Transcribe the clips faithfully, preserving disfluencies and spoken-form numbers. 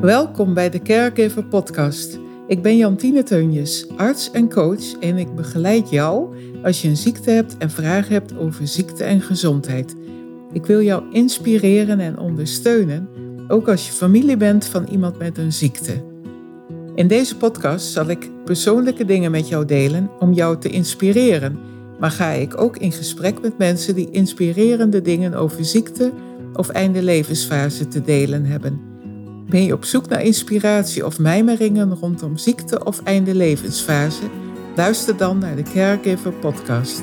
Welkom bij de Caregiver Podcast. Ik ben Jantine Teunjes, arts en coach en ik begeleid jou als je een ziekte hebt en vragen hebt over ziekte en gezondheid. Ik wil jou inspireren en ondersteunen, ook als je familie bent van iemand met een ziekte. In deze podcast zal ik persoonlijke dingen met jou delen om jou te inspireren, maar ga ik ook in gesprek met mensen die inspirerende dingen over ziekte of einde levensfase te delen hebben. Ben je op zoek naar inspiratie of mijmeringen rondom ziekte of einde levensfase? Luister dan naar de Caregiver Podcast.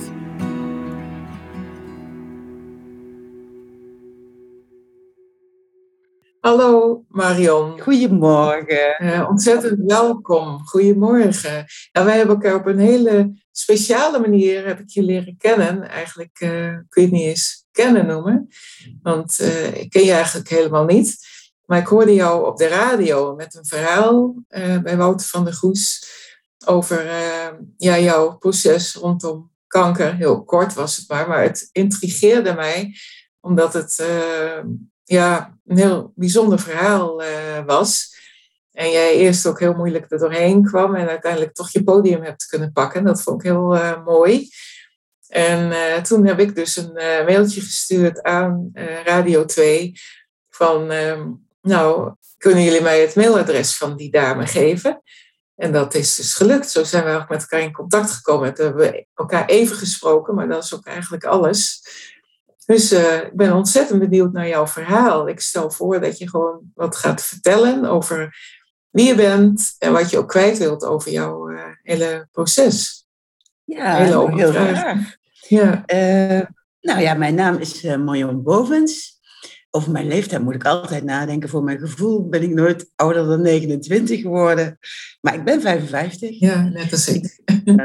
Hallo Marion. Goedemorgen. Uh, ontzettend welkom. Goedemorgen. Ja, wij hebben elkaar op een hele speciale manier, heb ik je leren kennen. Eigenlijk uh, kun je het niet eens kennen noemen. Want uh, ik ken je eigenlijk helemaal niet. Maar ik hoorde jou op de radio met een verhaal uh, bij Wouter van der Goes over uh, ja, jouw proces rondom kanker. Heel kort was het maar, maar het intrigeerde mij omdat het uh, ja, een heel bijzonder verhaal uh, was. En jij eerst ook heel moeilijk er doorheen kwam en uiteindelijk toch je podium hebt kunnen pakken. Dat vond ik heel uh, mooi. En uh, toen heb ik dus een uh, mailtje gestuurd aan uh, Radio twee van... Uh, Nou, kunnen jullie mij het mailadres van die dame geven? En dat is dus gelukt. Zo zijn we ook met elkaar in contact gekomen. Toen hebben we elkaar even gesproken, maar dat is ook eigenlijk alles. Dus uh, ik ben ontzettend benieuwd naar jouw verhaal. Ik stel voor dat je gewoon wat gaat vertellen over wie je bent en wat je ook kwijt wilt over jouw uh, hele proces. Ja, hele heel graag. Ja. Uh, nou ja, mijn naam is uh, Marion Bovens. Over mijn leeftijd moet ik altijd nadenken. Voor mijn gevoel ben ik nooit ouder dan negenentwintig geworden. Maar ik ben vijfenvijftig. Ja, net als ik.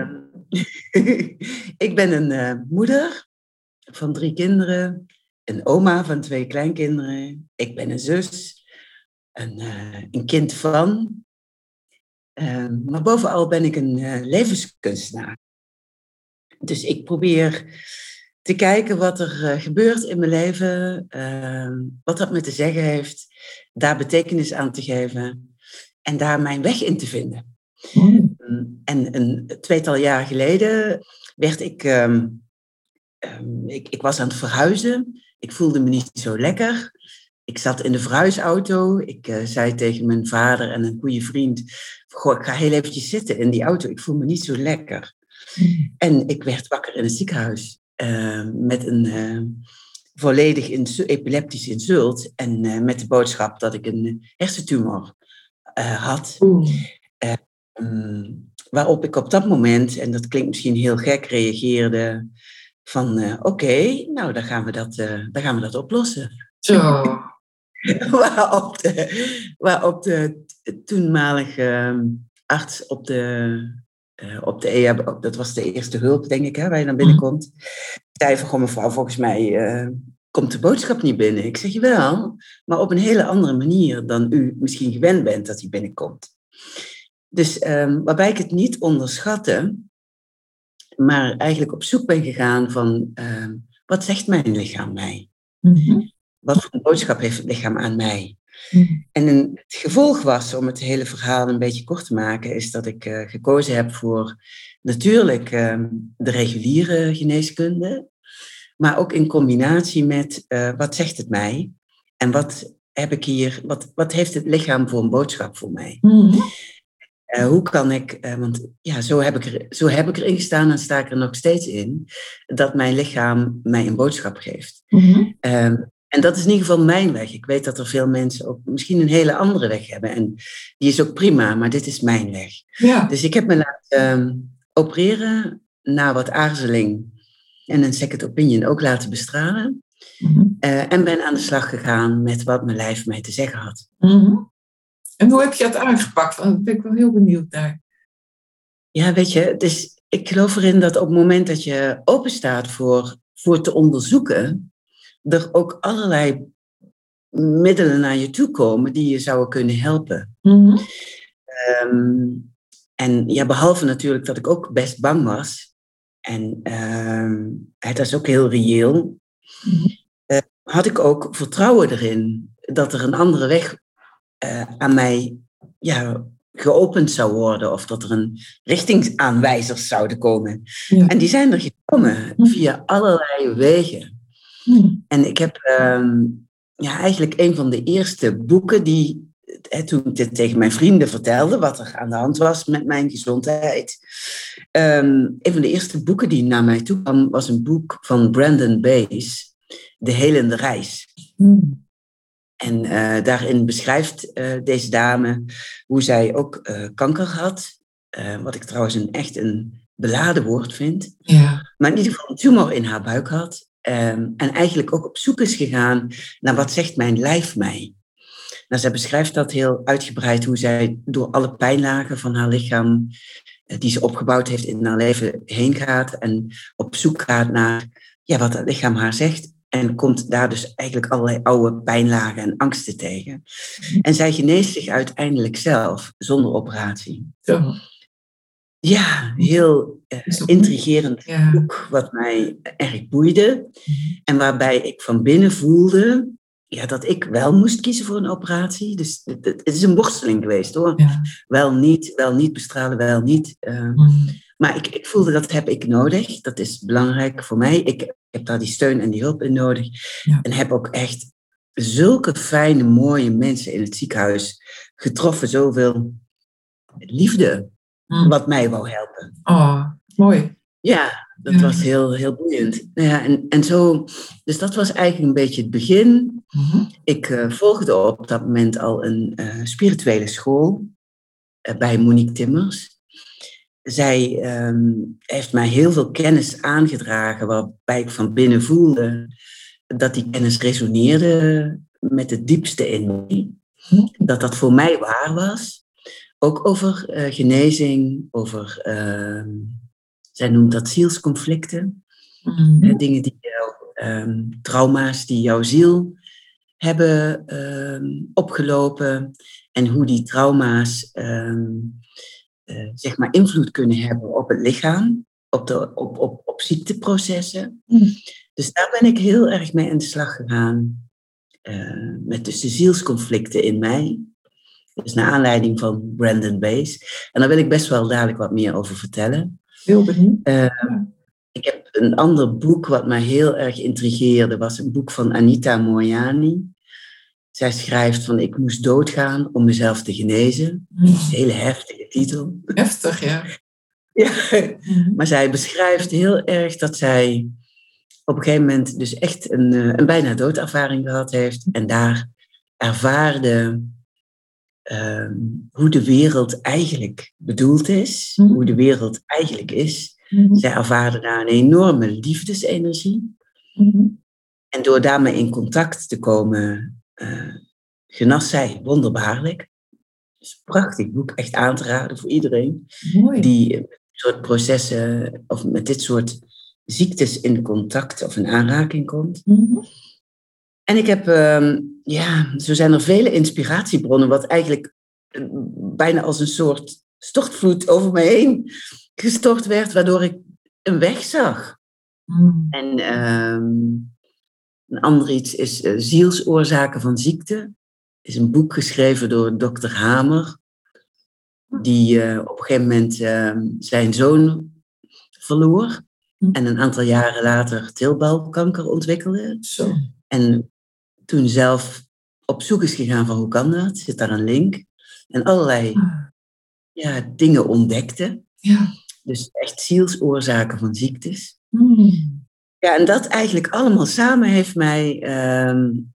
Ik ben een uh, moeder van drie kinderen. Een oma van twee kleinkinderen. Ik ben een zus. Een, uh, een kind van. Uh, maar bovenal ben ik een uh, levenskunstenaar. Dus ik probeer te kijken wat er uh, gebeurt in mijn leven, uh, wat dat me te zeggen heeft, daar betekenis aan te geven en daar mijn weg in te vinden. Mm. Um, en een tweetal jaar geleden werd ik, um, um, ik, ik was aan het verhuizen, ik voelde me niet zo lekker. Ik zat in de verhuisauto, ik uh, zei tegen mijn vader en een goede vriend, goh, ik ga heel eventjes zitten in die auto, ik voel me niet zo lekker. Mm. En ik werd wakker in het ziekenhuis. Uh, met een uh, volledig insu- epileptisch insult en uh, met de boodschap dat ik een hersentumor uh, had. Uh, um, waarop ik op dat moment, en dat klinkt misschien heel gek, reageerde van uh, oké, okay, nou dan gaan we dat, uh, dan gaan we dat oplossen. Zo. waarop, de, waarop de toenmalige uh, arts op de... Uh, op de E H B, dat was de eerste hulp, denk ik, hè, waar je dan binnenkomt. Ik zei van, goh, mevrouw, volgens mij uh, komt de boodschap niet binnen. Ik zeg, wel, maar op een hele andere manier dan u misschien gewend bent dat hij binnenkomt. Dus um, waarbij ik het niet onderschatte, maar eigenlijk op zoek ben gegaan van, uh, wat zegt mijn lichaam mij? Mm-hmm. Wat voor een boodschap heeft het lichaam aan mij? En een, het gevolg was, om het hele verhaal een beetje kort te maken, is dat ik uh, gekozen heb voor natuurlijk uh, de reguliere geneeskunde, maar ook in combinatie met uh, wat zegt het mij en wat heb ik hier, wat, wat heeft het lichaam voor een boodschap voor mij? Mm-hmm. Uh, hoe kan ik, uh, want ja, zo heb, ik er, zo heb ik erin gestaan en sta ik er nog steeds in, dat mijn lichaam mij een boodschap geeft. Mm-hmm. Uh, En dat is in ieder geval mijn weg. Ik weet dat er veel mensen ook misschien een hele andere weg hebben. En die is ook prima, maar dit is mijn weg. Ja. Dus ik heb me laten um, opereren na wat aarzeling. En een second opinion ook laten bestralen. Mm-hmm. Uh, en ben aan de slag gegaan met wat mijn lijf mij te zeggen had. Mm-hmm. En hoe heb je dat aangepakt? Want daar ben ik wel heel benieuwd naar. Ja, weet je, dus ik geloof erin dat op het moment dat je open staat voor, voor te onderzoeken, er ook allerlei middelen naar je toe komen die je zouden kunnen helpen. Mm-hmm. Um, en ja, behalve natuurlijk dat ik ook best bang was. En um, dat is ook heel reëel. Mm-hmm. Uh, had ik ook vertrouwen erin dat er een andere weg uh, aan mij ja, geopend zou worden of dat er een richtingsaanwijzers zouden komen. Ja. En die zijn er gekomen via allerlei wegen. Hmm. En ik heb um, ja, eigenlijk een van de eerste boeken die, hè, toen ik dit tegen mijn vrienden vertelde, wat er aan de hand was met mijn gezondheid. Um, een van de eerste boeken die naar mij toe kwam, was een boek van Brandon Bays, De Helende Reis. Hmm. En uh, daarin beschrijft uh, deze dame hoe zij ook uh, kanker had. Uh, wat ik trouwens een, echt een beladen woord vind. Ja. Maar in ieder geval een tumor in haar buik had. Um, en eigenlijk ook op zoek is gegaan naar wat zegt mijn lijf mij. Nou, zij beschrijft dat heel uitgebreid, hoe zij door alle pijnlagen van haar lichaam, uh, die ze opgebouwd heeft in haar leven, heen gaat. En op zoek gaat naar ja, wat het lichaam haar zegt. En komt daar dus eigenlijk allerlei oude pijnlagen en angsten tegen. En zij geneest zich uiteindelijk zelf, zonder operatie. Zo. Ja, heel uh, intrigerend ja. boek, wat mij erg boeide. En waarbij ik van binnen voelde ja, dat ik wel moest kiezen voor een operatie. Dus het, het is een worsteling geweest hoor. Ja. Wel niet, wel niet bestralen, wel niet. Uh, mm. Maar ik, ik voelde dat heb ik nodig. Dat is belangrijk voor mij. Ik heb daar die steun en die hulp in nodig. Ja. En heb ook echt zulke fijne, mooie mensen in het ziekenhuis getroffen. Zoveel liefde mm. wat mij wou helpen. Oh, mooi. Ja, dat ja. was heel, heel boeiend. Ja, en, en zo, dus dat was eigenlijk een beetje het begin. Mm-hmm. Ik uh, volgde op dat moment al een uh, spirituele school uh, bij Monique Timmers. Zij um, heeft mij heel veel kennis aangedragen, waarbij ik van binnen voelde dat die kennis resoneerde met het diepste in mij. Dat dat voor mij waar was. Ook over uh, genezing, over, uh, zij noemt dat zielsconflicten. Mm-hmm. Uh, dingen die jou, um, trauma's die jouw ziel hebben um, opgelopen. En hoe die trauma's Um, Uh, zeg maar invloed kunnen hebben op het lichaam, op, de, op, op, op ziekteprocessen. Mm. Dus daar ben ik heel erg mee aan de slag gegaan. Uh, met dus de zielsconflicten in mij. Dus naar aanleiding van Brandon Bays. En daar wil ik best wel dadelijk wat meer over vertellen. Heel benieuwd. Uh, ja. Ik heb een ander boek wat mij heel erg intrigeerde. Was een boek van Anita Moorjani. Zij schrijft van ik moest doodgaan om mezelf te genezen. Mm. Een hele heftige titel. Heftig, ja. ja. Mm-hmm. Maar zij beschrijft heel erg dat zij op een gegeven moment dus echt een, een bijna doodervaring gehad heeft. En daar ervaarde um, hoe de wereld eigenlijk bedoeld is. Mm. Hoe de wereld eigenlijk is. Mm-hmm. Zij ervaarde daar een enorme liefdesenergie. Mm-hmm. En door daarmee in contact te komen Uh, genas zij wonderbaarlijk. Het is een prachtig boek, echt aan te raden voor iedereen. Mooi. Die met dit soort processen of met dit soort ziektes in contact of in aanraking komt. Mm-hmm. En ik heb, um, ja, zo zijn er vele inspiratiebronnen wat eigenlijk uh, bijna als een soort stortvloed over mij heen gestort werd, waardoor ik een weg zag. Mm. En um, een ander iets is uh, Zielsoorzaken van ziekte. Het is een boek geschreven door dokter Hamer. Die uh, op een gegeven moment uh, zijn zoon verloor. En een aantal jaren later teelbalkanker ontwikkelde. Zo. En toen zelf op zoek is gegaan van hoe kan dat? Zit daar een link? En allerlei ja, dingen ontdekte. Ja. Dus echt zielsoorzaken van ziektes. Mm. Ja, en dat eigenlijk allemaal samen heeft mij... Um,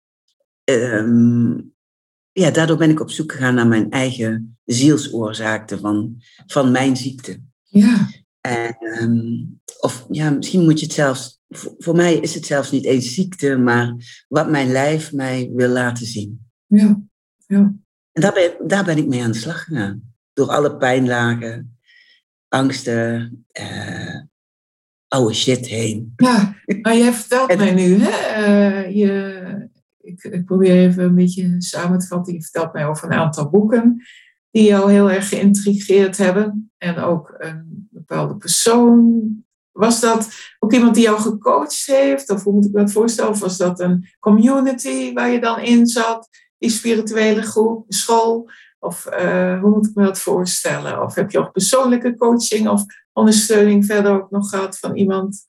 um, ja, daardoor ben ik op zoek gegaan naar mijn eigen zielsoorzaken van, van mijn ziekte. Ja. En, um, of ja, misschien moet je het zelfs... Voor, voor mij is het zelfs niet eens ziekte, maar wat mijn lijf mij wil laten zien. Ja, ja. En daar ben, daar ben ik mee aan de slag gegaan. Door alle pijnlagen, angsten... Uh, oude shit heen. Ja, maar jij vertelt en, mij nu, hè? Uh, je, ik, ik probeer even een beetje samen te vatten. Je vertelt mij over een aantal boeken die jou heel erg geïntrigeerd hebben. En ook een bepaalde persoon. Was dat ook iemand die jou gecoacht heeft? Of hoe moet ik me dat voorstellen? Of was dat een community waar je dan in zat? die spirituele groep, school? Of uh, hoe moet ik me dat voorstellen? Of heb je ook persoonlijke coaching of ondersteuning verder ook nog gehad van iemand?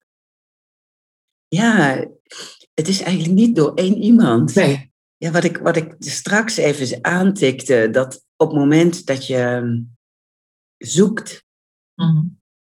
Ja, het is eigenlijk niet door één iemand. Nee. Ja, wat ik, wat ik straks even aantikte, dat op het moment dat je zoekt, Mm-hmm.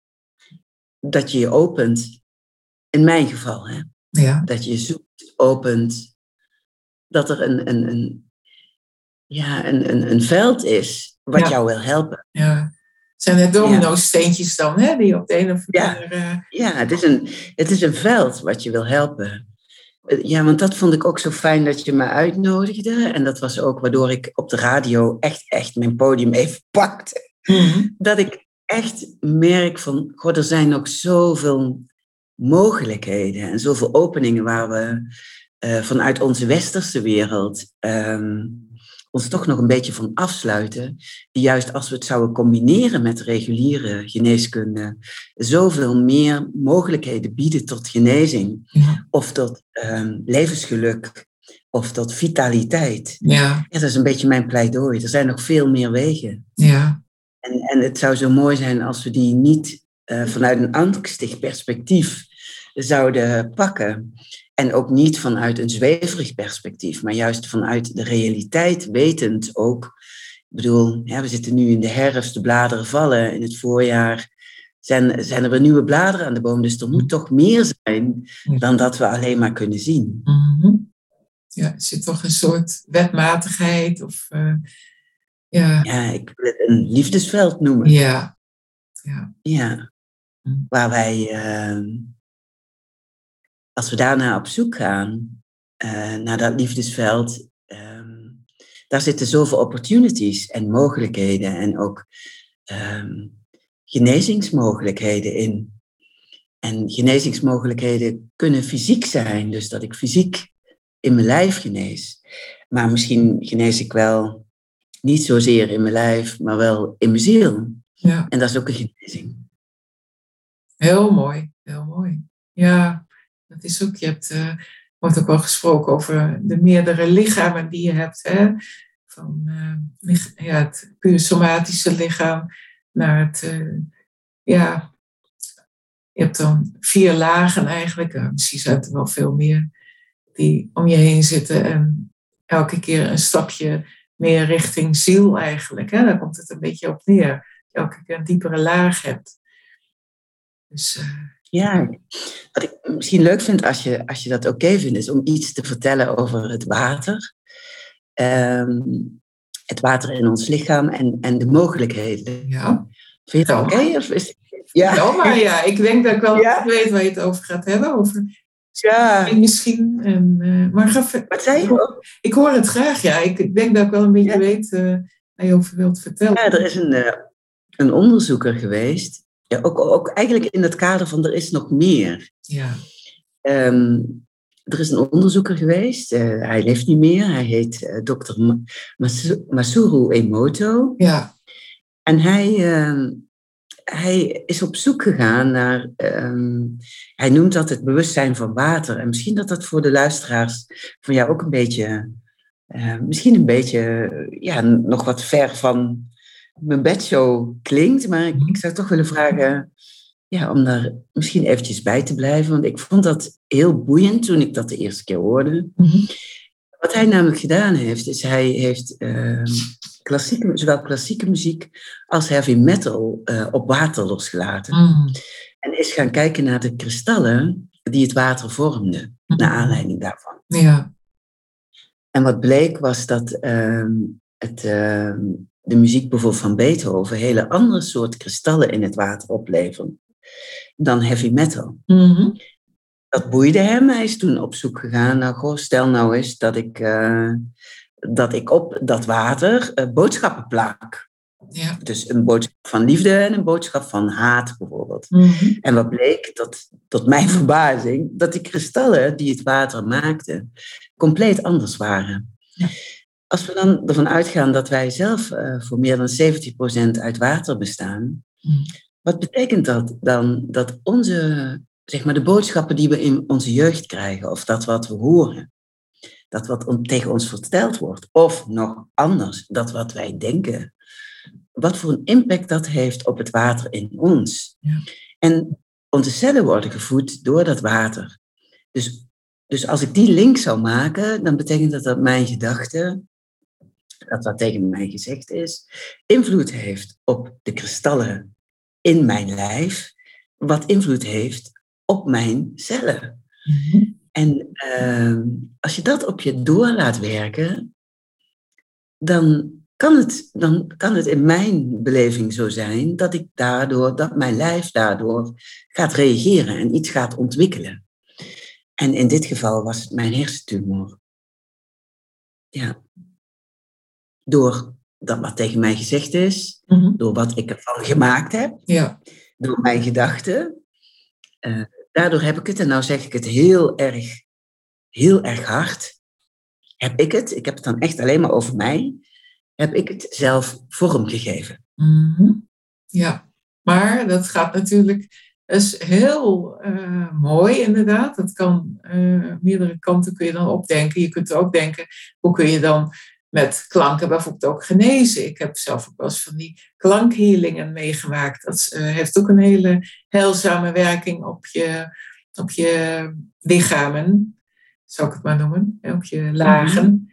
dat je je opent, in mijn geval, hè, ja. dat je zoekt, opent, dat er een, een, een, ja, een, een, een veld is wat ja. jou wil helpen. Ja. Zijn het domino-steentjes dan, hè, die op de een of andere manier... Ja, uh... ja het, is een, het is een veld wat je wil helpen. Ja, want dat vond ik ook zo fijn dat je me uitnodigde. En dat was ook waardoor ik op de radio echt, echt mijn podium even pakte. Mm-hmm. Dat ik echt merk van, god, er zijn nog zoveel mogelijkheden en zoveel openingen waar we uh, vanuit onze westerse wereld um, ons toch nog een beetje van afsluiten. Die juist als we het zouden combineren met reguliere geneeskunde, zoveel meer mogelijkheden bieden tot genezing. Ja. Of tot um, levensgeluk. Of tot vitaliteit. Ja. Ja, dat is een beetje mijn pleidooi. Er zijn nog veel meer wegen. Ja. En, en het zou zo mooi zijn als we die niet uh, vanuit een angstig perspectief zouden pakken. En ook niet vanuit een zweverig perspectief, maar juist vanuit de realiteit, wetend ook. Ik bedoel, ja, we zitten nu in de herfst, de bladeren vallen. In het voorjaar zijn, zijn er weer nieuwe bladeren aan de boom. Dus er moet toch meer zijn dan dat we alleen maar kunnen zien. Mm-hmm. Ja, er zit toch een soort wetmatigheid of... Uh, ja. ja, ik wil het een liefdesveld noemen. Ja. Ja. Ja. Mm. Waar wij... Uh, Als we daarna op zoek gaan, uh, naar dat liefdesveld, um, daar zitten zoveel opportunities en mogelijkheden en ook um, genezingsmogelijkheden in. En genezingsmogelijkheden kunnen fysiek zijn, dus dat ik fysiek in mijn lijf genees. Maar misschien genees ik wel niet zozeer in mijn lijf, maar wel in mijn ziel. Ja. En dat is ook een genezing. Heel mooi, heel mooi. Ja. Dat is ook, je hebt, uh, wordt ook wel gesproken over de meerdere lichamen die je hebt. Hè? Van uh, ja, het puur somatische lichaam naar het, uh, ja, je hebt dan vier lagen eigenlijk. Uh, misschien zijn er wel veel meer die om je heen zitten en elke keer een stapje meer richting ziel eigenlijk. Hè? Daar komt het een beetje op neer. Dat je elke keer een diepere laag hebt. Dus... Uh, Ja, wat ik misschien leuk vind als je, als je dat oké okay vindt, is om iets te vertellen over het water. Um, het water in ons lichaam en, en de mogelijkheden. Ja. Vind je het oké? Okay? Is... Ja. ja, maar ja, ik denk dat ik wel ja. weet waar je het over gaat hebben. Over ja. misschien. En, uh, maar ga ver... Wat zei je? Ik hoor het graag, ja. Ik, ik denk dat ik wel een beetje ja. weet uh, waar je over wilt vertellen. Ja, er is een, uh, een onderzoeker geweest. Ja, ook, ook eigenlijk in het kader van er is nog meer. Ja. Um, er is een onderzoeker geweest, uh, hij leeft niet meer, hij heet uh, dokter Ma- Mas- Masaru Emoto. Ja. En hij, uh, hij is op zoek gegaan naar, um, hij noemt dat het bewustzijn van water. En misschien dat dat voor de luisteraars van jou ook een beetje, uh, misschien een beetje, ja, nog wat ver van... mijn bedshow klinkt, maar ik, ik zou toch willen vragen ja, om daar misschien eventjes bij te blijven, want ik vond dat heel boeiend toen ik dat de eerste keer hoorde. Mm-hmm. Wat hij namelijk gedaan heeft, is hij heeft uh, klassieke, zowel klassieke muziek als heavy metal uh, op water losgelaten. Mm-hmm. En is gaan kijken naar de kristallen die het water vormden, mm-hmm. naar aanleiding daarvan. Ja. En wat bleek was dat uh, het... Uh, de muziek bijvoorbeeld van Beethoven hele andere soort kristallen in het water opleveren dan heavy metal. Mm-hmm. Dat boeide hem. Hij is toen op zoek gegaan naar, goh, stel nou eens dat ik, uh, dat ik op dat water uh, boodschappen plak. Ja. Dus een boodschap van liefde en een boodschap van haat bijvoorbeeld. Mm-hmm. En wat bleek, dat, tot mijn verbazing, dat die kristallen die het water maakten compleet anders waren. Ja. Als we dan ervan uitgaan dat wij zelf uh, voor meer dan zeventig procent uit water bestaan, mm. wat betekent dat dan? Dat onze, zeg maar, de boodschappen die we in onze jeugd krijgen, of dat wat we horen, dat wat on- tegen ons verteld wordt, of nog anders, dat wat wij denken, wat voor een impact dat heeft op het water in ons. Ja. En onze cellen worden gevoed door dat water. Dus, dus als ik die link zou maken, dan betekent dat dat mijn gedachten, dat wat tegen mij gezegd is, invloed heeft op de kristallen in mijn lijf, wat invloed heeft op mijn cellen. Mm-hmm. En uh, als je dat op je door laat werken, dan kan het, dan kan het in mijn beleving zo zijn dat ik daardoor, dat mijn lijf daardoor gaat reageren en iets gaat ontwikkelen. En in dit geval was het mijn hersentumor. Ja. Door dat wat tegen mij gezegd is, Mm-hmm. door wat ik ervan gemaakt heb, Ja. door mijn gedachten. Uh, daardoor heb ik het, en nou zeg ik het heel erg, heel erg hard, heb ik het, ik heb het dan echt alleen maar over mij, heb ik het zelf vorm gegeven. Mm-hmm. Ja, maar dat gaat natuurlijk, dat is heel uh, mooi inderdaad. Dat kan, uh, meerdere kanten kun je dan opdenken. Je kunt ook denken, hoe kun je dan met klanken bijvoorbeeld ook genezen. Ik heb zelf ook wel eens van die klankhealingen meegemaakt. Dat uh, heeft ook een hele heilzame werking op je, op je lichamen, zou ik het maar noemen, op je lagen. Mm-hmm.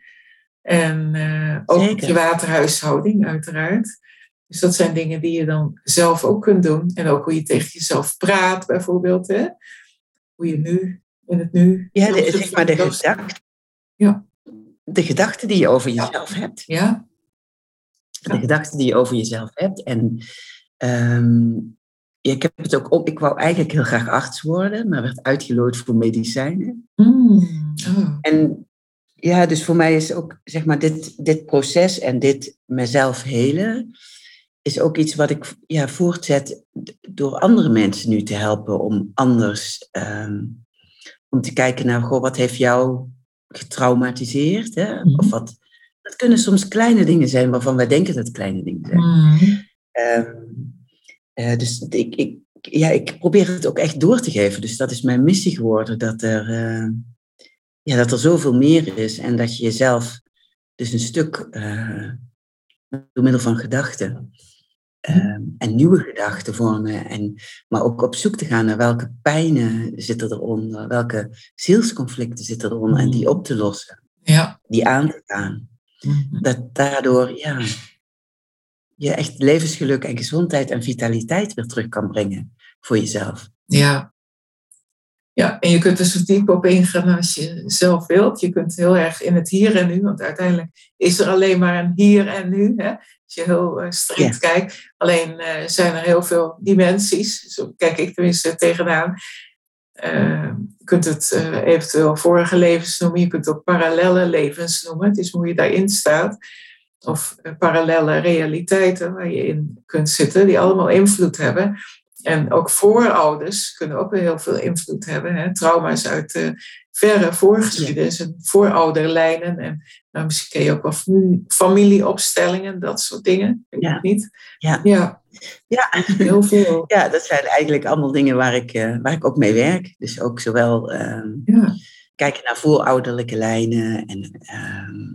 En uh, ook Zeker. Op je waterhuishouding uiteraard. Dus dat zijn dingen die je dan zelf ook kunt doen. En ook hoe je tegen jezelf praat bijvoorbeeld. Hè? Hoe je nu, in het nu... Ja, de, zeg maar de gedachten. Ja. De gedachten die je over jezelf ja. hebt. Ja. De ja. gedachten die je over jezelf hebt. En um, ja, ik heb het ook op. Ik wou eigenlijk heel graag arts worden, maar werd uitgeloot voor medicijnen. Mm. Oh. En ja, dus voor mij is ook, zeg maar, dit, dit proces en dit mezelf helen, is ook iets wat ik ja, voortzet door andere mensen nu te helpen om anders, um, om te kijken naar, goh, wat heeft jou getraumatiseerd? Hè? Mm-hmm. Of wat, dat kunnen soms kleine dingen zijn waarvan wij denken dat het kleine dingen zijn. Mm-hmm. Um, uh, dus ik, ik, ja, ik probeer het ook echt door te geven. Dus dat is mijn missie geworden, dat er, uh, ja, dat er zoveel meer is en dat je jezelf dus een stuk uh, door middel van gedachten uh, en nieuwe gedachten vormen, en, maar ook op zoek te gaan naar welke pijnen zitten eronder, welke zielsconflicten zitten eronder en die op te lossen, ja. die aan te gaan. Mm-hmm. Dat daardoor ja, je echt levensgeluk en gezondheid en vitaliteit weer terug kan brengen voor jezelf. Ja. Ja, en je kunt er zo diep op ingaan als je zelf wilt. Je kunt heel erg in het hier en nu, want uiteindelijk is er alleen maar een hier en nu. Hè? Als je heel uh, strikt yeah. kijkt. Alleen uh, zijn er heel veel dimensies. Zo kijk ik tenminste tegenaan. Uh, je kunt het uh, eventueel vorige levens noemen. Je kunt het ook parallelle levens noemen. Het is hoe je daarin staat. Of uh, parallelle realiteiten waar je in kunt zitten. Die allemaal invloed hebben. En ook voorouders kunnen ook weer heel veel invloed hebben. Hè? Trauma's uit de verre voorgeschiedenis en voorouderlijnen. En nou, misschien ken je ook wel familie, familieopstellingen, dat soort dingen. Ik ja. weet niet. Ja. Ja. Ja. Heel veel. Ja, dat zijn eigenlijk allemaal dingen waar ik, uh, waar ik ook mee werk. Dus ook zowel uh, ja. kijken naar voorouderlijke lijnen. En uh,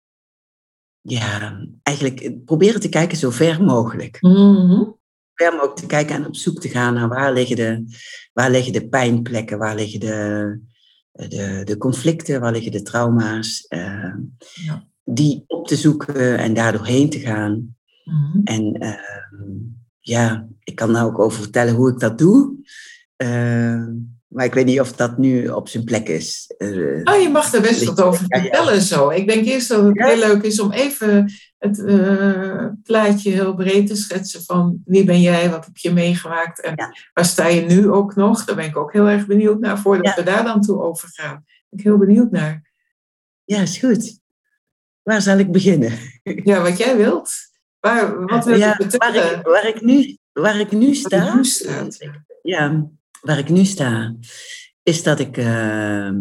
ja, eigenlijk proberen te kijken zo ver mogelijk. Mm-hmm. Om ook te kijken en op zoek te gaan naar waar liggen de, waar liggen de pijnplekken, waar liggen de, de, de conflicten, waar liggen de trauma's. Uh, ja. Die op te zoeken en daar doorheen te gaan. Mm-hmm. En uh, ja, ik kan daar ook over vertellen hoe ik dat doe. Uh, maar ik weet niet of dat nu op zijn plek is. Uh, oh, je mag er best wat over vertellen ja, ja. zo. Ik denk eerst dat het ja? heel leuk is om even het uh, plaatje heel breed te schetsen van wie ben jij, wat heb je meegemaakt en ja. waar sta je nu ook nog. Daar ben ik ook heel erg benieuwd naar, voordat ja. we daar dan toe overgaan. Daar ben ik heel benieuwd naar. Ja, is goed. Waar zal ik beginnen? Ja, wat jij wilt. Waar, wat wil je ja, vertellen? Waar ik, waar, ik nu, waar ik nu sta... Waar ik nu staat, ja. ja, waar ik nu sta, is dat ik... Uh,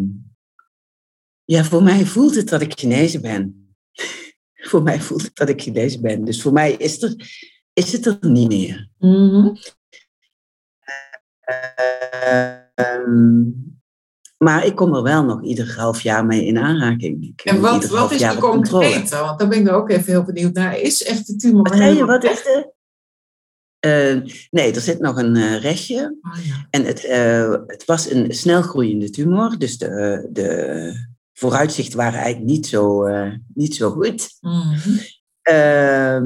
ja, voor mij voelt het dat ik genezen ben. Voor mij voelt het dat ik genezen ben. Dus voor mij is, er, is het er niet meer. Mm-hmm. Uh, um, Maar ik kom er wel nog ieder half jaar mee in aanraking. Ik, en wat, ieder wat half is jaar de op controle. concrete? Want daar ben ik er ook even heel benieuwd naar. Is echt de tumor Wat zei je? helemaal Wat is de... Uh, nee, er zit nog een uh, restje. Oh, ja. En het, uh, het was een snelgroeiende tumor. Dus de, de vooruitzichten waren eigenlijk niet zo, uh, niet zo goed. Mm-hmm. Uh,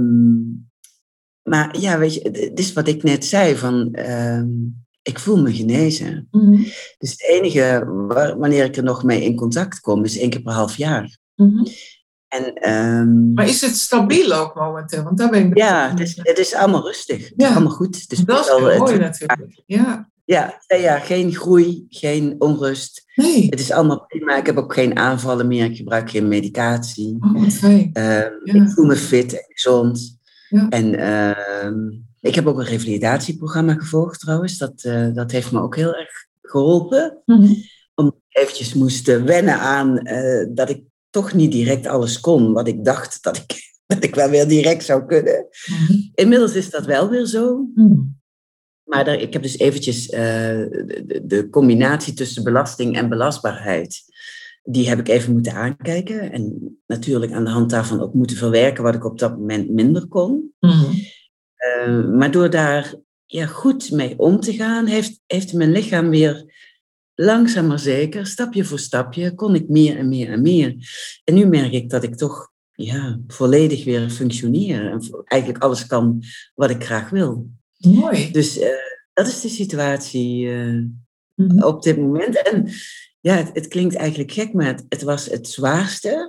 maar ja, weet je, het is wat ik net zei. Van, uh, ik voel me genezen. Mm-hmm. Dus het enige waar, wanneer ik er nog mee in contact kom, is één keer per half jaar. Mm-hmm. En, um, maar is het stabiel ook momenteel? Want daar ben ik ja, het is, het is allemaal rustig. Het ja. is allemaal goed. Dus dat is wel, heel mooi het, natuurlijk. Ja. Ja, ja, geen groei, geen onrust. Nee. Het is allemaal prima. Ik heb ook geen aanvallen meer. Ik gebruik geen medicatie. Oh, wat fijn. Uh, ja. Ik voel me fit en gezond. Ja. En uh, ik heb ook een revalidatieprogramma gevolgd trouwens. Dat, uh, dat heeft me ook heel erg geholpen. Mm-hmm. Omdat ik eventjes moest wennen aan uh, dat ik toch niet direct alles kon. Wat ik dacht dat ik, dat ik wel weer direct zou kunnen. Mm-hmm. Inmiddels is dat wel weer zo. Mm-hmm. Maar daar, ik heb dus eventjes uh, de, de combinatie tussen belasting en belastbaarheid, die heb ik even moeten aankijken. En natuurlijk aan de hand daarvan ook moeten verwerken wat ik op dat moment minder kon. Mm-hmm. Uh, maar door daar ja, goed mee om te gaan, heeft, heeft mijn lichaam weer langzaam maar zeker, stapje voor stapje, kon ik meer en meer en meer. En nu merk ik dat ik toch ja, volledig weer functioneer. En eigenlijk alles kan wat ik graag wil. Mooi. Dus uh, dat is de situatie uh, mm-hmm. op dit moment. En ja, het, het klinkt eigenlijk gek, maar het, het was het zwaarste.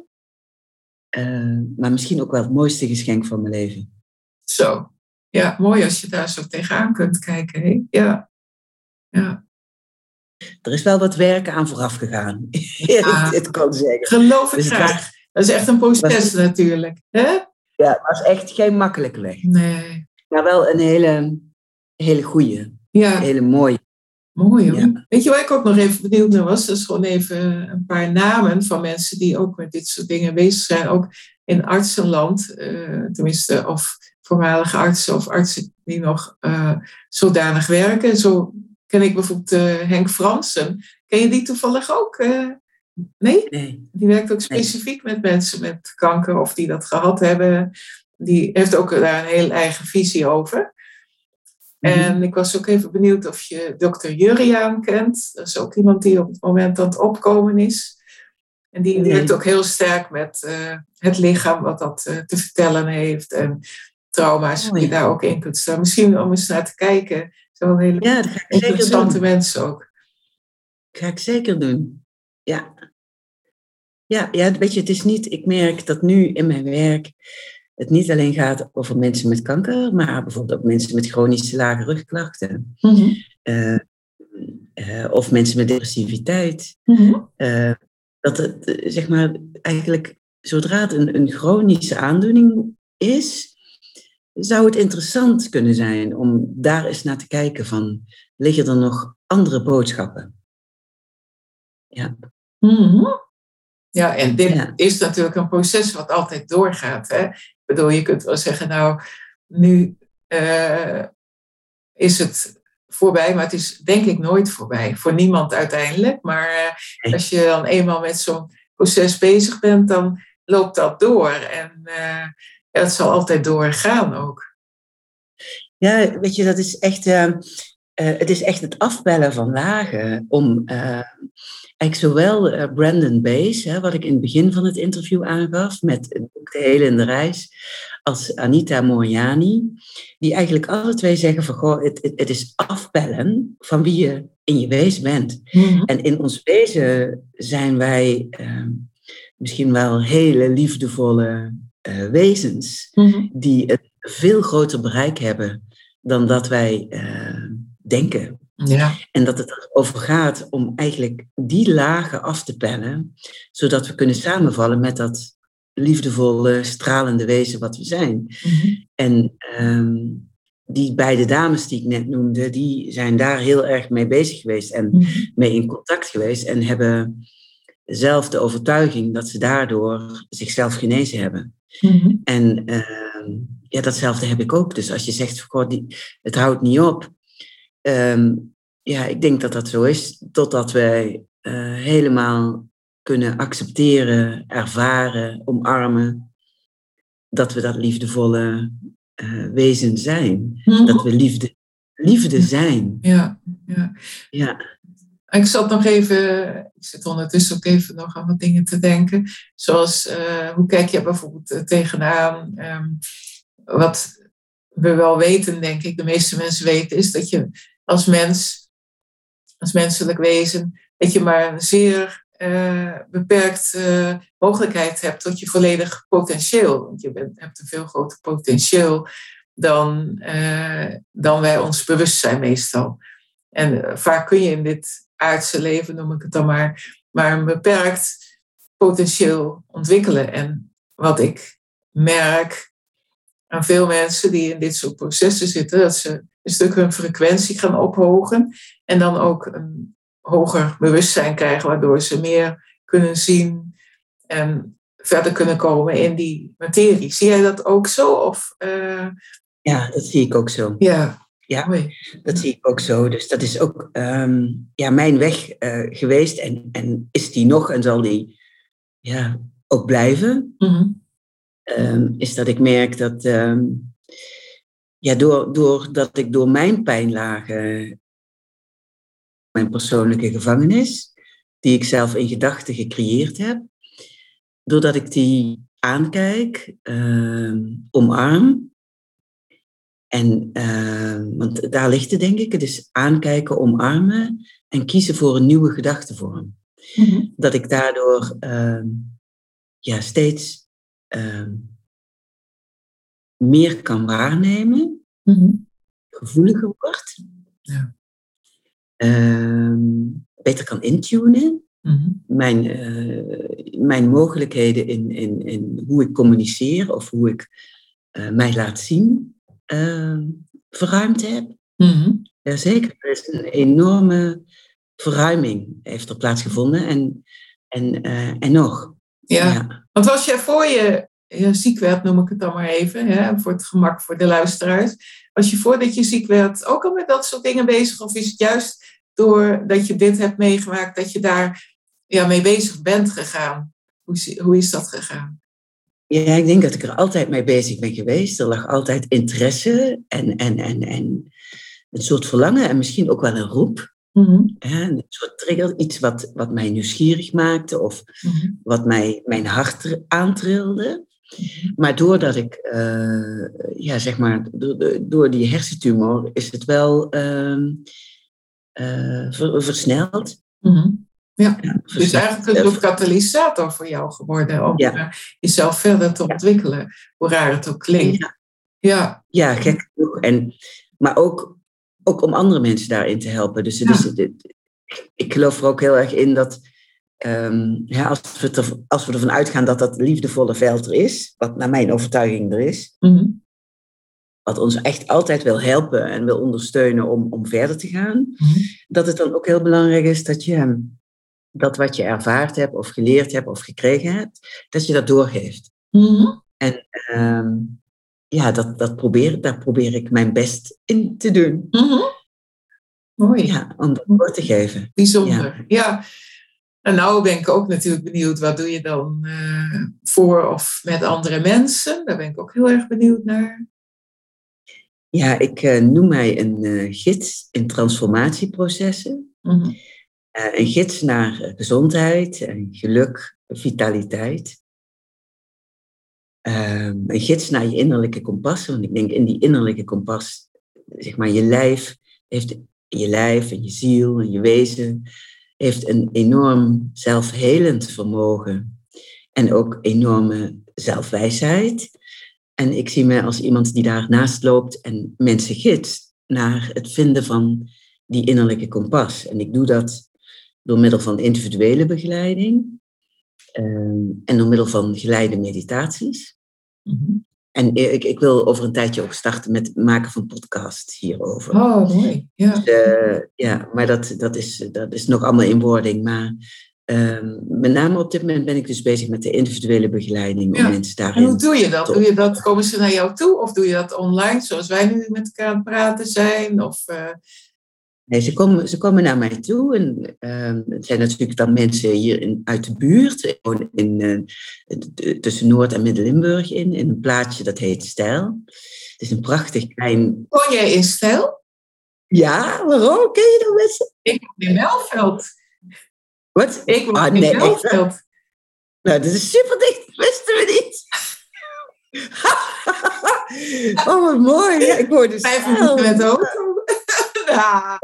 Uh, maar misschien ook wel het mooiste geschenk van mijn leven. Zo. Ja, mooi als je daar zo tegenaan kunt kijken. Hè? Ja. Ja. Er is wel wat werk aan vooraf gegaan. Ja. Dit kan zeggen. Geloof ik dus graag. Was, dat is echt een proces was, natuurlijk. Hè? Ja, het was echt geen makkelijke weg. Nee. Maar wel een hele, hele goeie. Ja. Hele mooie. Mooi hoor. Ja. Weet je waar ik ook nog even benieuwd naar was? Dat is gewoon even een paar namen van mensen die ook met dit soort dingen bezig zijn. Ook in artsenland, uh, tenminste, of voormalige artsen of artsen die nog uh, zodanig werken. Zo ken ik bijvoorbeeld uh, Henk Fransen. Ken je die toevallig ook? Uh, nee? nee? Die werkt ook specifiek nee. met mensen met kanker of die dat gehad hebben. Die heeft ook daar een heel eigen visie over. En ik was ook even benieuwd of je dokter Juriaan kent. Dat is ook iemand die op het moment aan het opkomen is. En die nee. werkt ook heel sterk met uh, het lichaam, wat dat uh, te vertellen heeft. En trauma's, oh, ja. je daar ook in kunt staan. Misschien om eens naar te kijken. Zo'n hele ja, dat ga ik interessante mensen ook. Dat ga ik zeker doen. Ja. Ja, ja, weet je, het is niet... Ik merk dat nu in mijn werk... het niet alleen gaat over mensen met kanker, maar bijvoorbeeld ook mensen met chronische lage rugklachten. Mm-hmm. Uh, uh, of mensen met depressiviteit. Mm-hmm. Uh, dat het, uh, zeg maar, eigenlijk, zodra het een, een chronische aandoening is, zou het interessant kunnen zijn om daar eens naar te kijken van, liggen er nog andere boodschappen? Ja. Mm-hmm. Ja, en dit ja. is natuurlijk een proces wat altijd doorgaat. Hè? Ik bedoel, je kunt wel zeggen, nou, nu uh, is het voorbij, maar het is denk ik nooit voorbij. Voor niemand uiteindelijk. Maar uh, als je dan eenmaal met zo'n proces bezig bent, dan loopt dat door. En uh, ja, het zal altijd doorgaan ook. Ja, weet je, dat is echt... Uh, uh, het is echt het afbellen van lagen om... Uh, Eigenlijk zowel uh, Brandon Bays, hè, wat ik in het begin van het interview aangaf, met de hele in de reis, als Anita Moriani, die eigenlijk alle twee zeggen van, goh, het, het, het is afbellen van wie je in je wezen bent. Mm-hmm. En in ons wezen zijn wij uh, misschien wel hele liefdevolle uh, wezens, mm-hmm. die een veel groter bereik hebben dan dat wij uh, denken. Ja. En dat het erover gaat om eigenlijk die lagen af te pellen, zodat we kunnen samenvallen met dat liefdevolle, stralende wezen wat we zijn. Mm-hmm. En um, die beide dames die ik net noemde, die zijn daar heel erg mee bezig geweest en mm-hmm. mee in contact geweest en hebben zelf de overtuiging dat ze daardoor zichzelf genezen hebben. Mm-hmm. En uh, ja, datzelfde heb ik ook. Dus als je zegt, goh, die, het houdt niet op. Um, ja, ik denk dat dat zo is, totdat wij uh, helemaal kunnen accepteren, ervaren, omarmen. Dat we dat liefdevolle uh, wezen zijn. Mm-hmm. Dat we liefde, liefde zijn. Ja, ja. Ja. Ik zat nog even, ik zit ondertussen ook even nog aan wat dingen te denken. Zoals, uh, hoe kijk je bijvoorbeeld uh, tegenaan? Um, wat we wel weten, denk ik, de meeste mensen weten, is dat je als mens, als menselijk wezen, dat je maar een zeer uh, beperkt uh, mogelijkheid hebt tot je volledig potentieel. Want je bent, hebt een veel groter potentieel dan, uh, dan wij ons bewust zijn meestal. En uh, vaak kun je in dit aardse leven, noem ik het dan maar, maar een beperkt potentieel ontwikkelen. En wat ik merk aan veel mensen die in dit soort processen zitten, dat ze een stuk hun frequentie gaan ophogen en dan ook een hoger bewustzijn krijgen, waardoor ze meer kunnen zien en verder kunnen komen in die materie. Zie jij dat ook zo? Of, uh... Ja, dat zie ik ook zo. Ja. Ja, dat zie ik ook zo. Dus dat is ook um, ja, mijn weg uh, geweest. En, en is die nog en zal die ja, ook blijven. Mm-hmm. Um, is dat ik merk dat... Um, ja, door, doordat ik door mijn pijnlagen... mijn persoonlijke gevangenis... die ik zelf in gedachten gecreëerd heb... doordat ik die aankijk, um, omarm... En, uh, want daar ligt het, denk ik. Dus aankijken, omarmen en kiezen voor een nieuwe gedachtevorm. Mm-hmm. Dat ik daardoor uh, ja, steeds uh, meer kan waarnemen, mm-hmm. gevoeliger word, ja. uh, beter kan intunen. Mm-hmm. Mijn, uh, mijn mogelijkheden in, in, in hoe ik communiceer of hoe ik uh, mij laat zien. Uh, verruimd heb. Mm-hmm. Ja, zeker. Er is een enorme verruiming heeft er plaatsgevonden. En, en, uh, en nog. Ja. ja, want was je voor je, je ziek werd, noem ik het dan maar even, hè, voor het gemak voor de luisteraars. Was je voordat je ziek werd ook al met dat soort dingen bezig? Of is het juist doordat je dit hebt meegemaakt, dat je daar ja, mee bezig bent gegaan? Hoe, hoe is dat gegaan? Ja, ik denk dat ik er altijd mee bezig ben geweest. Er lag altijd interesse en, en, en, en een soort verlangen en misschien ook wel een roep. Mm-hmm. Een soort trigger, iets wat, wat mij nieuwsgierig maakte of mm-hmm. wat mij, mijn hart aantrilde. Mm-hmm. Maar doordat ik, uh, ja, zeg maar, door, door die hersentumor is het wel uh, uh, ver, versneld. Mm-hmm. Ja, ja het is eigenlijk een soort katalysator voor jou geworden om ja. jezelf verder te ontwikkelen, ja. hoe raar het ook klinkt. Ja, ja. ja gek genoeg. En, maar ook, ook om andere mensen daarin te helpen. Dus, ja. dus het, ik geloof er ook heel erg in dat um, ja, als, we er, als we ervan uitgaan dat dat liefdevolle veld er is, wat naar mijn overtuiging er is, mm-hmm. wat ons echt altijd wil helpen en wil ondersteunen om, om verder te gaan, mm-hmm. dat het dan ook heel belangrijk is dat je dat wat je ervaard hebt of geleerd hebt of gekregen hebt, dat je dat doorgeeft. Mm-hmm. En um, ja, dat, dat probeer, daar probeer ik mijn best in te doen. Mm-hmm. Mooi. Ja, om dat door te geven. Bijzonder, ja. ja. En nou ben ik ook natuurlijk benieuwd, wat doe je dan uh, voor of met andere mensen? Daar ben ik ook heel erg benieuwd naar. Ja, ik uh, noem mij een uh, gids in transformatieprocessen. Mm-hmm. Uh, een gids naar uh, gezondheid en geluk, vitaliteit. Uh, een gids naar je innerlijke kompas. Want ik denk in die innerlijke kompas, zeg maar, je lijf heeft je lijf en je ziel en je wezen heeft een enorm zelfhelend vermogen en ook enorme zelfwijsheid. En ik zie me als iemand die daarnaast loopt en mensen gidst naar het vinden van die innerlijke kompas. En ik doe dat door middel van individuele begeleiding um, en door middel van geleide meditaties. Mm-hmm. En ik, ik wil over een tijdje ook starten met het maken van podcasts hierover. Oh, mooi. Ja, dus, uh, ja maar dat, dat, is, dat is nog allemaal in wording. Maar um, met name op dit moment ben ik dus bezig met de individuele begeleiding. Ja. Om mensen daarin en hoe doe je dat? Doe je dat? Komen ze naar jou toe? Of doe je dat online, zoals wij nu met elkaar aan het praten zijn? Of, uh... Nee, ze komen, ze komen naar mij toe. En uh, het zijn natuurlijk dan mensen hier in, uit de buurt. In, in, uh, tussen Noord- en Midden-Limburg in. In een plaatsje dat heet Stijl. Het is een prachtig klein... Woon jij in Stijl? Ja, waarom? Ken je dat mensen? Ik woon in Welveld. Wat? Ik woon ah, in nee, Welveld. Echt, nou, dat is super dicht. Dat wisten we niet. Oh, wat mooi. Ja, ik woon in Stijl. Vijf minuten met de auto. Ja.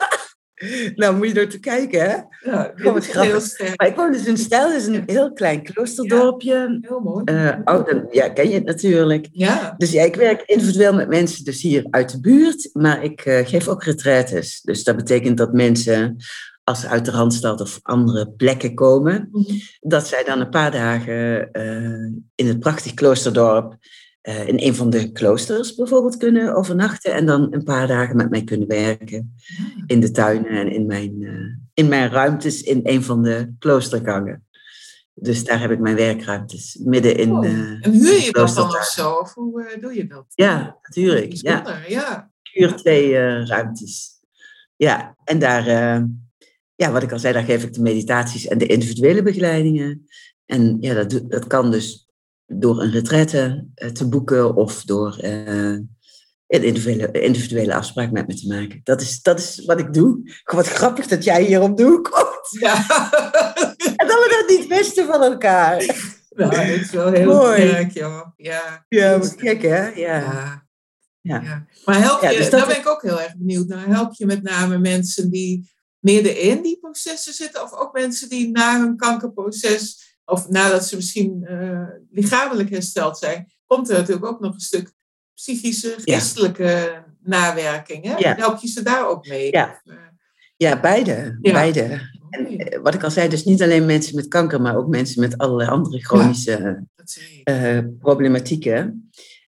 Nou, moet je door te kijken, hè? Ja, Gewoon wat grappig. Maar ik woon dus in Stijl, dat is een heel klein kloosterdorpje. Ja, heel mooi. Uh, oh, dan, ja, ken je het natuurlijk. Ja. Dus ja, ik werk individueel met mensen dus hier uit de buurt, maar ik uh, geef ook retraites. Dus dat betekent dat mensen, als ze uit de Randstad of andere plekken komen, mm-hmm. dat zij dan een paar dagen uh, in het prachtig kloosterdorp Uh, in een van de kloosters bijvoorbeeld kunnen overnachten en dan een paar dagen met mij kunnen werken ja. in de tuinen en in mijn, uh, in mijn ruimtes in een van de kloostergangen. Dus daar heb ik mijn werkruimtes midden in. Oh. Uh, en huur je dat dan of zo? Of hoe uh, doe je dat? Ja, natuurlijk. Ja. ja. Ik huur twee uh, ruimtes. Ja, en daar, uh, ja, wat ik al zei, daar geef ik de meditaties en de individuele begeleidingen. En ja, dat, dat kan dus door een retraite uh, te boeken of door uh, een individuele, individuele afspraak met me te maken. Dat is, dat is wat ik doe. Wat grappig dat jij hier op de hoek komt. Ja. En dat we dat niet wisten van elkaar. Nou, dat is wel heel sterk, joh. Ja, ja wat gek, hè? Ja. Ja. Ja. Ja. Maar help je, ja, dus daar dat... ben ik ook heel erg benieuwd naar. Help je met name mensen die midden in die processen zitten, of ook mensen die na hun kankerproces, of nadat ze misschien uh, lichamelijk hersteld zijn, komt er natuurlijk ook nog een stuk psychische, geestelijke ja. nawerking. Hè? Ja. Help je ze daar ook mee? Ja, of, uh... ja beide. Ja. beide. En, wat ik al zei, dus niet alleen mensen met kanker, maar ook mensen met allerlei andere chronische ja, uh, problematieken.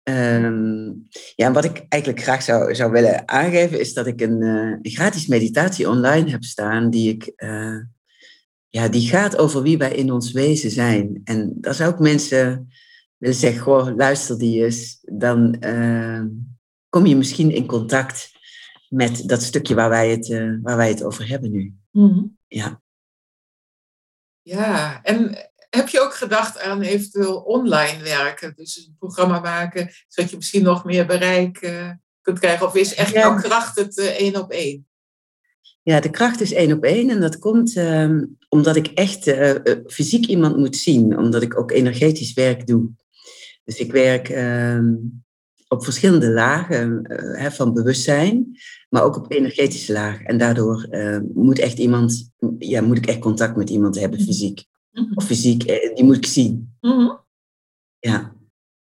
Um, ja, en wat ik eigenlijk graag zou, zou willen aangeven, is dat ik een, uh, een gratis meditatie online heb staan, die ik... Uh, Ja, die gaat over wie wij in ons wezen zijn. En daar zou ik mensen willen zeggen, goh, luister die eens. Dan uh, kom je misschien in contact met dat stukje waar wij het, uh, waar wij het over hebben nu. Mm-hmm. Ja. Ja, en heb je ook gedacht aan eventueel online werken? Dus een programma maken, zodat je misschien nog meer bereik uh, kunt krijgen? Of is echt ja. jouw kracht het uh, één op één? Ja, de kracht is één op één en dat komt uh, omdat ik echt uh, fysiek iemand moet zien, omdat ik ook energetisch werk doe. Dus ik werk uh, op verschillende lagen uh, hè, van bewustzijn, maar ook op energetische laag. En daardoor uh, moet, echt iemand, ja, moet ik echt contact met iemand hebben, fysiek. Mm-hmm. Of fysiek, uh, die moet ik zien. Mm-hmm. Ja.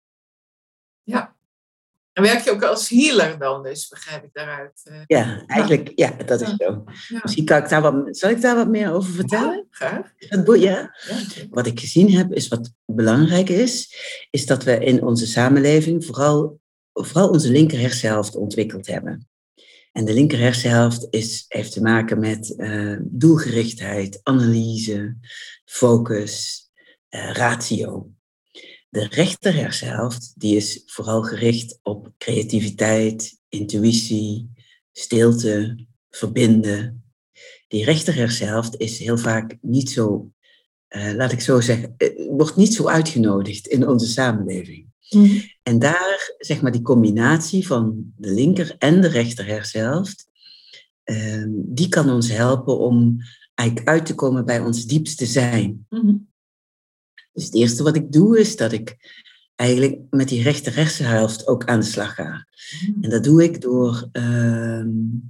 Ja. En werk je ook als healer dan dus, begrijp ik daaruit? Uh, ja, eigenlijk, ja, dat is ja. zo. Ja. Misschien kan ik daar wat, zal ik daar wat meer over vertellen? Ja, graag. Dat, ja. Ja, wat ik gezien heb, is wat belangrijk is, is dat we in onze samenleving vooral, vooral onze linker hersenhelft ontwikkeld hebben. En de linker hersenhelft is, heeft te maken met uh, doelgerichtheid, analyse, focus, uh, ratio. De rechter hersenhelft die is vooral gericht op creativiteit, intuïtie, stilte, verbinden. Die rechter hersenhelft is heel vaak niet zo, uh, laat ik zo zeggen, wordt niet zo uitgenodigd in onze samenleving. Mm-hmm. En daar, zeg maar, die combinatie van de linker en de rechter hersenhelft, uh, die kan ons helpen om eigenlijk uit te komen bij ons diepste zijn. Mm-hmm. Dus het eerste wat ik doe is dat ik eigenlijk met die rechter hersenhelft ook aan de slag ga. Mm. En dat doe ik door uh,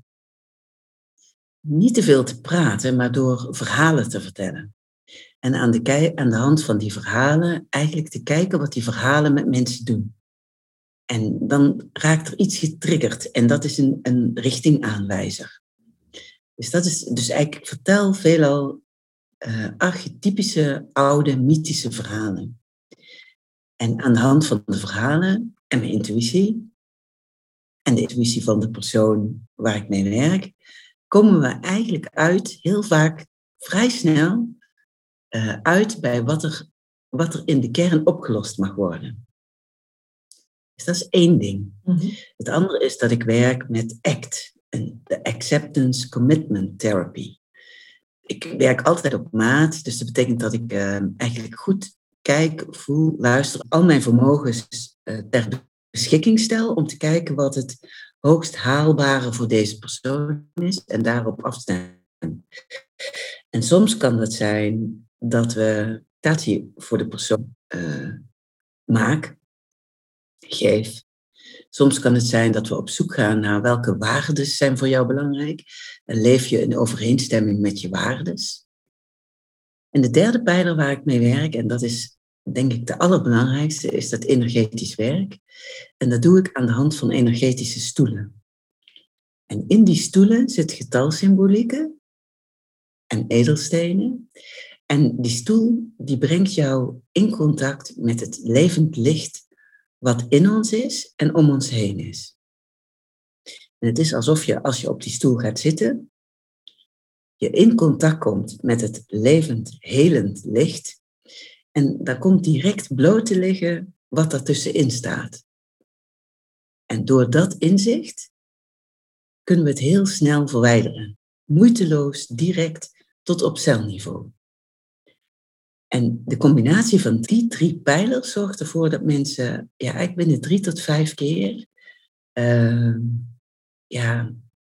niet te veel te praten, maar door verhalen te vertellen. En aan de, kei- aan de hand van die verhalen eigenlijk te kijken wat die verhalen met mensen doen. En dan raakt er iets getriggerd en dat is een, een richtingaanwijzer. Dus dat is dus eigenlijk, ik vertel veelal Uh, archetypische, oude, mythische verhalen. En aan de hand van de verhalen en mijn intuïtie en de intuïtie van de persoon waar ik mee werk, komen we eigenlijk uit, heel vaak vrij snel, uh, uit bij wat er, wat er in de kern opgelost mag worden. Dus dat is één ding. Mm-hmm. Het andere is dat ik werk met ACT. een, de Acceptance Commitment Therapy. Ik werk altijd op maat, dus dat betekent dat ik uh, eigenlijk goed kijk, voel, luister, al mijn vermogens uh, ter beschikking stel om te kijken wat het hoogst haalbare voor deze persoon is en daarop afstemmen. En soms kan dat zijn dat we meditatie voor de persoon uh, maken, geef. Soms kan het zijn dat we op zoek gaan naar welke waarden zijn voor jou belangrijk. En leef je in overeenstemming met je waarden. En de derde pijler waar ik mee werk, en dat is denk ik de allerbelangrijkste, is dat energetisch werk. En dat doe ik aan de hand van energetische stoelen. En in die stoelen zit getalsymbolieken en edelstenen. En die stoel die brengt jou in contact met het levend licht wat in ons is en om ons heen is. En het is alsof je, als je op die stoel gaat zitten, je in contact komt met het levend, helend licht. En daar komt direct bloot te liggen wat er tussenin staat. En door dat inzicht kunnen we het heel snel verwijderen. Moeiteloos, direct, tot op celniveau. En de combinatie van die drie pijlers zorgt ervoor dat mensen ja, eigenlijk binnen drie tot vijf keer uh, ja,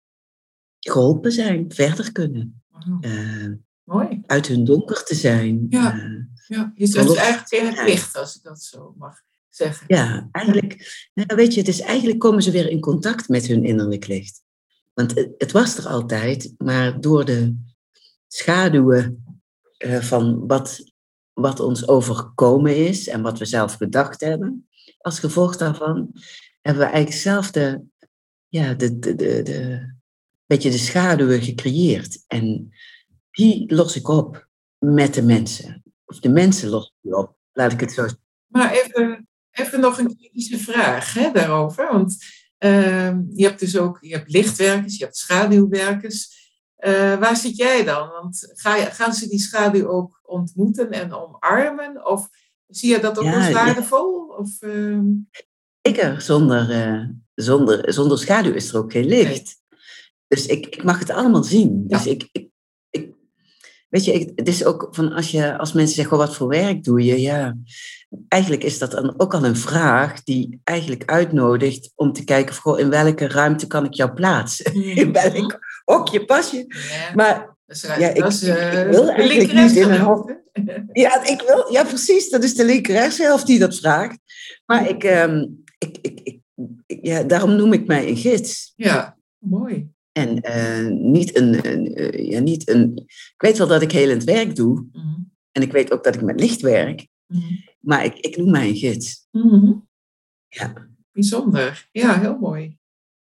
geholpen zijn, verder kunnen. Wow. Uh, Mooi. Uit hun donker te zijn. Ja, uh, ja. Je zit eigenlijk in het licht, als ik dat zo mag zeggen. Ja, eigenlijk, nou, weet je, het is eigenlijk komen ze weer in contact met hun innerlijk licht. Want het, het was er altijd, maar door de schaduwen uh, van wat... wat ons overkomen is en wat we zelf bedacht hebben. Als gevolg daarvan hebben we eigenlijk zelf de, ja, de, de, de, de, beetje de schaduwen gecreëerd. En die los ik op met de mensen. Of de mensen los ik op, laat ik het zo zeggen. Maar even, even nog een kritische vraag hè, daarover. Want uh, je hebt dus ook je hebt lichtwerkers, je hebt schaduwwerkers. Uh, waar zit jij dan? Want ga je, gaan ze die schaduw ook ontmoeten en omarmen? Of zie je dat ook Ja, als waardevol? Ja. Of, uh... Zeker, zonder, uh, zonder, zonder schaduw is er ook geen licht. Nee. Dus ik, ik mag het allemaal zien. Ja. Dus ik, ik, ik, weet je, ik, het is ook van als, je, als mensen zeggen, oh, wat voor werk doe je? Ja, eigenlijk is dat dan ook al een vraag die eigenlijk uitnodigt om te kijken, goh, in welke ruimte kan ik jou plaatsen? Mm-hmm. In welk hokje pas je? Ja. Maar Dus, ja, ik, dat is, uh, ik wil eigenlijk niet in een hok. Ja, ik wil, ja, precies. Dat is de linker-rechtshelft die dat vraagt. Maar ik, um, ik, ik, ik, ik, ja, daarom noem ik mij een gids. Ja, mooi. En uh, niet, een, een, uh, ja, niet een... Ik weet wel dat ik helend werk doe. Mm-hmm. En ik weet ook dat ik met licht werk. Mm-hmm. Maar ik, ik noem mij een gids. Mm-hmm. Ja. Bijzonder. Ja, heel mooi.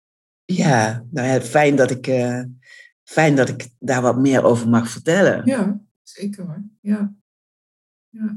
Ja, nou ja, fijn dat ik... Uh, Fijn dat ik daar wat meer over mag vertellen. Ja, zeker hoor. Ja. Ja.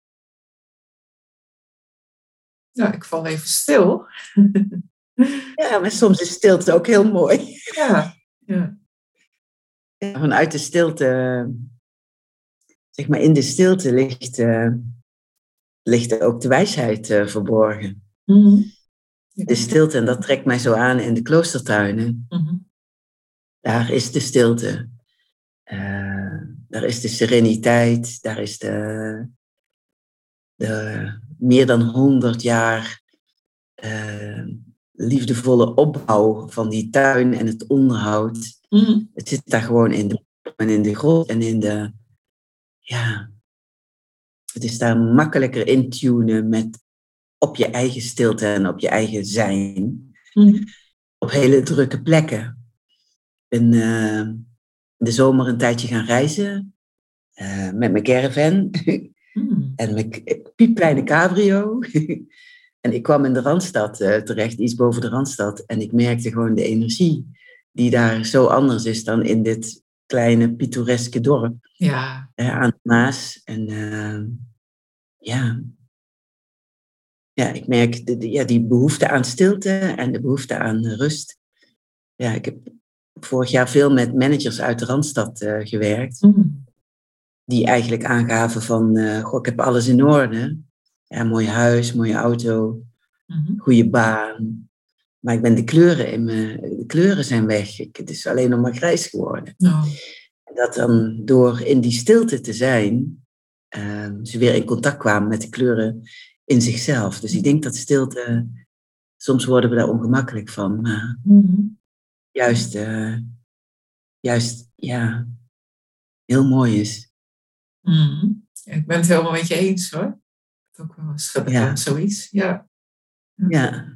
Ja, ik val even stil. Ja, maar soms is stilte ook heel mooi. Ja, ja. Ja, vanuit de stilte, zeg maar in de stilte ligt, uh, ligt ook de wijsheid uh, verborgen. Mm-hmm. Ja. De stilte, en dat trekt mij zo aan in de kloostertuinen. Mm-hmm. Daar is de stilte. Uh, daar is de sereniteit. Daar is de, de meer dan honderd jaar uh, liefdevolle opbouw van die tuin en het onderhoud. Mm-hmm. Het zit daar gewoon in de, en in de grond en in de... Ja, het is daar makkelijker intunen met op je eigen stilte en op je eigen zijn. Mm-hmm. Op hele drukke plekken. En uh, in de zomer een tijdje gaan reizen. Uh, met mijn caravan. Mm. En mijn piepkleine cabrio. En ik kwam in de Randstad uh, terecht, iets boven de Randstad. En ik merkte gewoon de energie die daar zo anders is dan in dit kleine pittoreske dorp. Ja. Uh, aan de Maas. En uh, ja... Ja, ik merk de, de, ja, die behoefte aan stilte en de behoefte aan rust. Ja, ik heb vorig jaar veel met managers uit de Randstad uh, gewerkt. Mm. Die eigenlijk aangaven van, uh, goh, ik heb alles in orde. Ja, mooi huis, mooie auto, mm-hmm. goede baan. Maar ik ben de kleuren in me, de kleuren zijn weg. Ik, het is alleen nog maar grijs geworden. Oh. En dat dan door in die stilte te zijn, uh, ze weer in contact kwamen met de kleuren in zichzelf. Dus ik denk dat stilte, soms worden we daar ongemakkelijk van. Maar Mm-hmm. juist, uh, juist, ja, heel mooi is. Mm-hmm. Ja, ik ben het helemaal met je eens hoor. Het ook wel eens gedaan, ja. Zoiets. Ja. Ja. ja.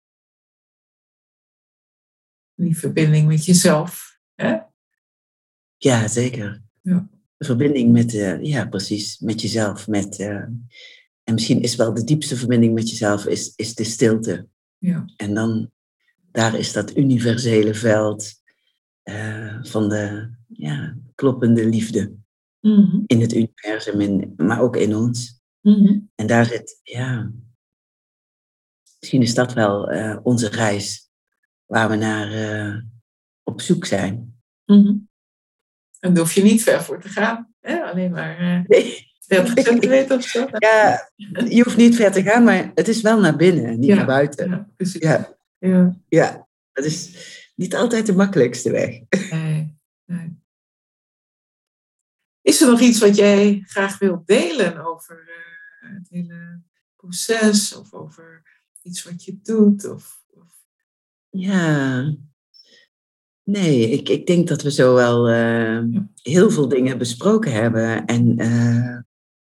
Die verbinding met jezelf. Hè? Ja, zeker. Ja. De verbinding met, uh, ja, precies, met jezelf. Met, uh, en misschien is wel de diepste verbinding met jezelf, is, is de stilte. Ja. En dan, daar is dat universele veld uh, van de ja, kloppende liefde. Mm-hmm. In het universum, in, maar ook in ons. Mm-hmm. En daar zit, ja, misschien is dat wel uh, onze reis. Waar we naar uh, op zoek zijn. Mm-hmm. En daar hoef je niet ver voor te gaan. Hè? Alleen maar uh, nee. dertig centimeter of zo. Ja, je hoeft niet ver te gaan, maar het is wel naar binnen, niet ja, naar buiten. Ja, precies. Ja. Ja. ja, dat is niet altijd de makkelijkste weg. Nee, nee. Is er nog iets wat jij graag wilt delen over uh, het hele proces? Of over iets wat je doet? Of, of... Ja... Nee, ik, ik denk dat we zo wel uh, ja. heel veel dingen besproken hebben. En uh,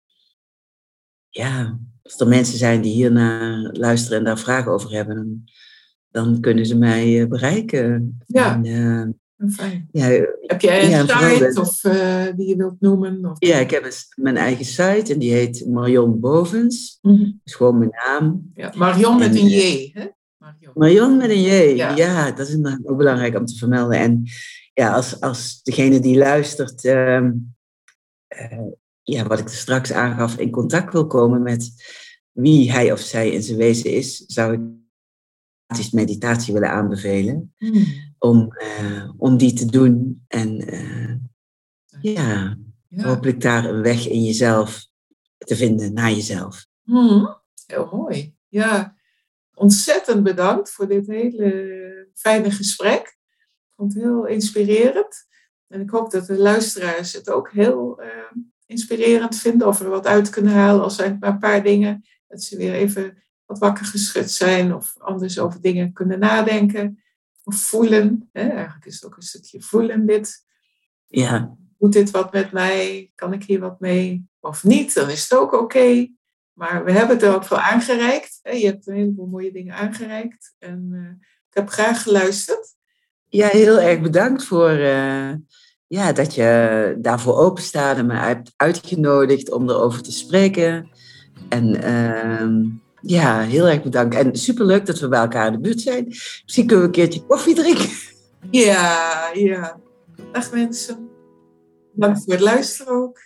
ja, als er mensen zijn die hiernaar luisteren en daar vragen over hebben, dan, dan kunnen ze mij uh, bereiken. Ja, en, uh, fijn. Ja, heb jij een ja, site de, of, uh, die je wilt noemen? Of... Ja, ik heb een, mijn eigen site en die heet Marion Bovens. Mm-hmm. Dat is gewoon mijn naam. Ja, Marion met en, een J, hè? Marion. Marion met een J, ja. ja, dat is ook belangrijk om te vermelden. En ja, als, als degene die luistert, uh, uh, ja, wat ik er straks aangaf, in contact wil komen met wie hij of zij in zijn wezen is, zou ik meditatie willen aanbevelen. Mm. Om, uh, om die te doen en uh, ja, ja, hopelijk daar een weg in jezelf te vinden, naar jezelf. Mm. Heel mooi, ja. Ontzettend bedankt voor dit hele fijne gesprek. Ik vond het heel inspirerend. En ik hoop dat de luisteraars het ook heel uh, inspirerend vinden. Of er wat uit kunnen halen. Al zijn het maar een paar dingen. Dat ze weer even wat wakker geschud zijn. Of anders over dingen kunnen nadenken. Of voelen. Hè? Eigenlijk is het ook een stukje voelen dit. Ja. Doet dit wat met mij? Kan ik hier wat mee? Of niet? Dan is het ook oké. Okay. Maar we hebben het er ook veel aangereikt. Je hebt een heleboel mooie dingen aangereikt. En uh, ik heb graag geluisterd. Ja, heel erg bedankt voor uh, ja, dat je daarvoor openstaat en me hebt uitgenodigd om erover te spreken. En uh, ja, heel erg bedankt. En superleuk dat we bij elkaar in de buurt zijn. Misschien kunnen we een keertje koffie drinken. Ja, ja. Dag mensen. Dank voor het luisteren ook.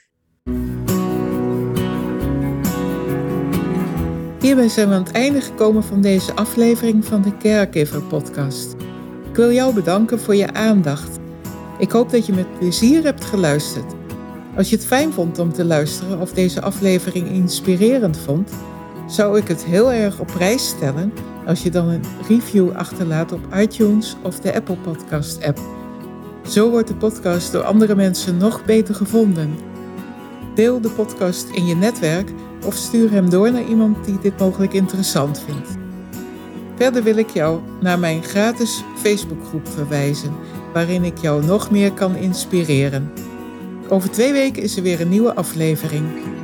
Hierbij zijn we aan het einde gekomen van deze aflevering van de Caregiver podcast. Ik wil jou bedanken voor je aandacht. Ik hoop dat je met plezier hebt geluisterd. Als je het fijn vond om te luisteren of deze aflevering inspirerend vond, zou ik het heel erg op prijs stellen als je dan een review achterlaat op iTunes of de Apple Podcast app. Zo wordt de podcast door andere mensen nog beter gevonden. Deel de podcast in je netwerk of stuur hem door naar iemand die dit mogelijk interessant vindt. Verder wil ik jou naar mijn gratis Facebookgroep verwijzen, waarin ik jou nog meer kan inspireren. Over twee weken is er weer een nieuwe aflevering.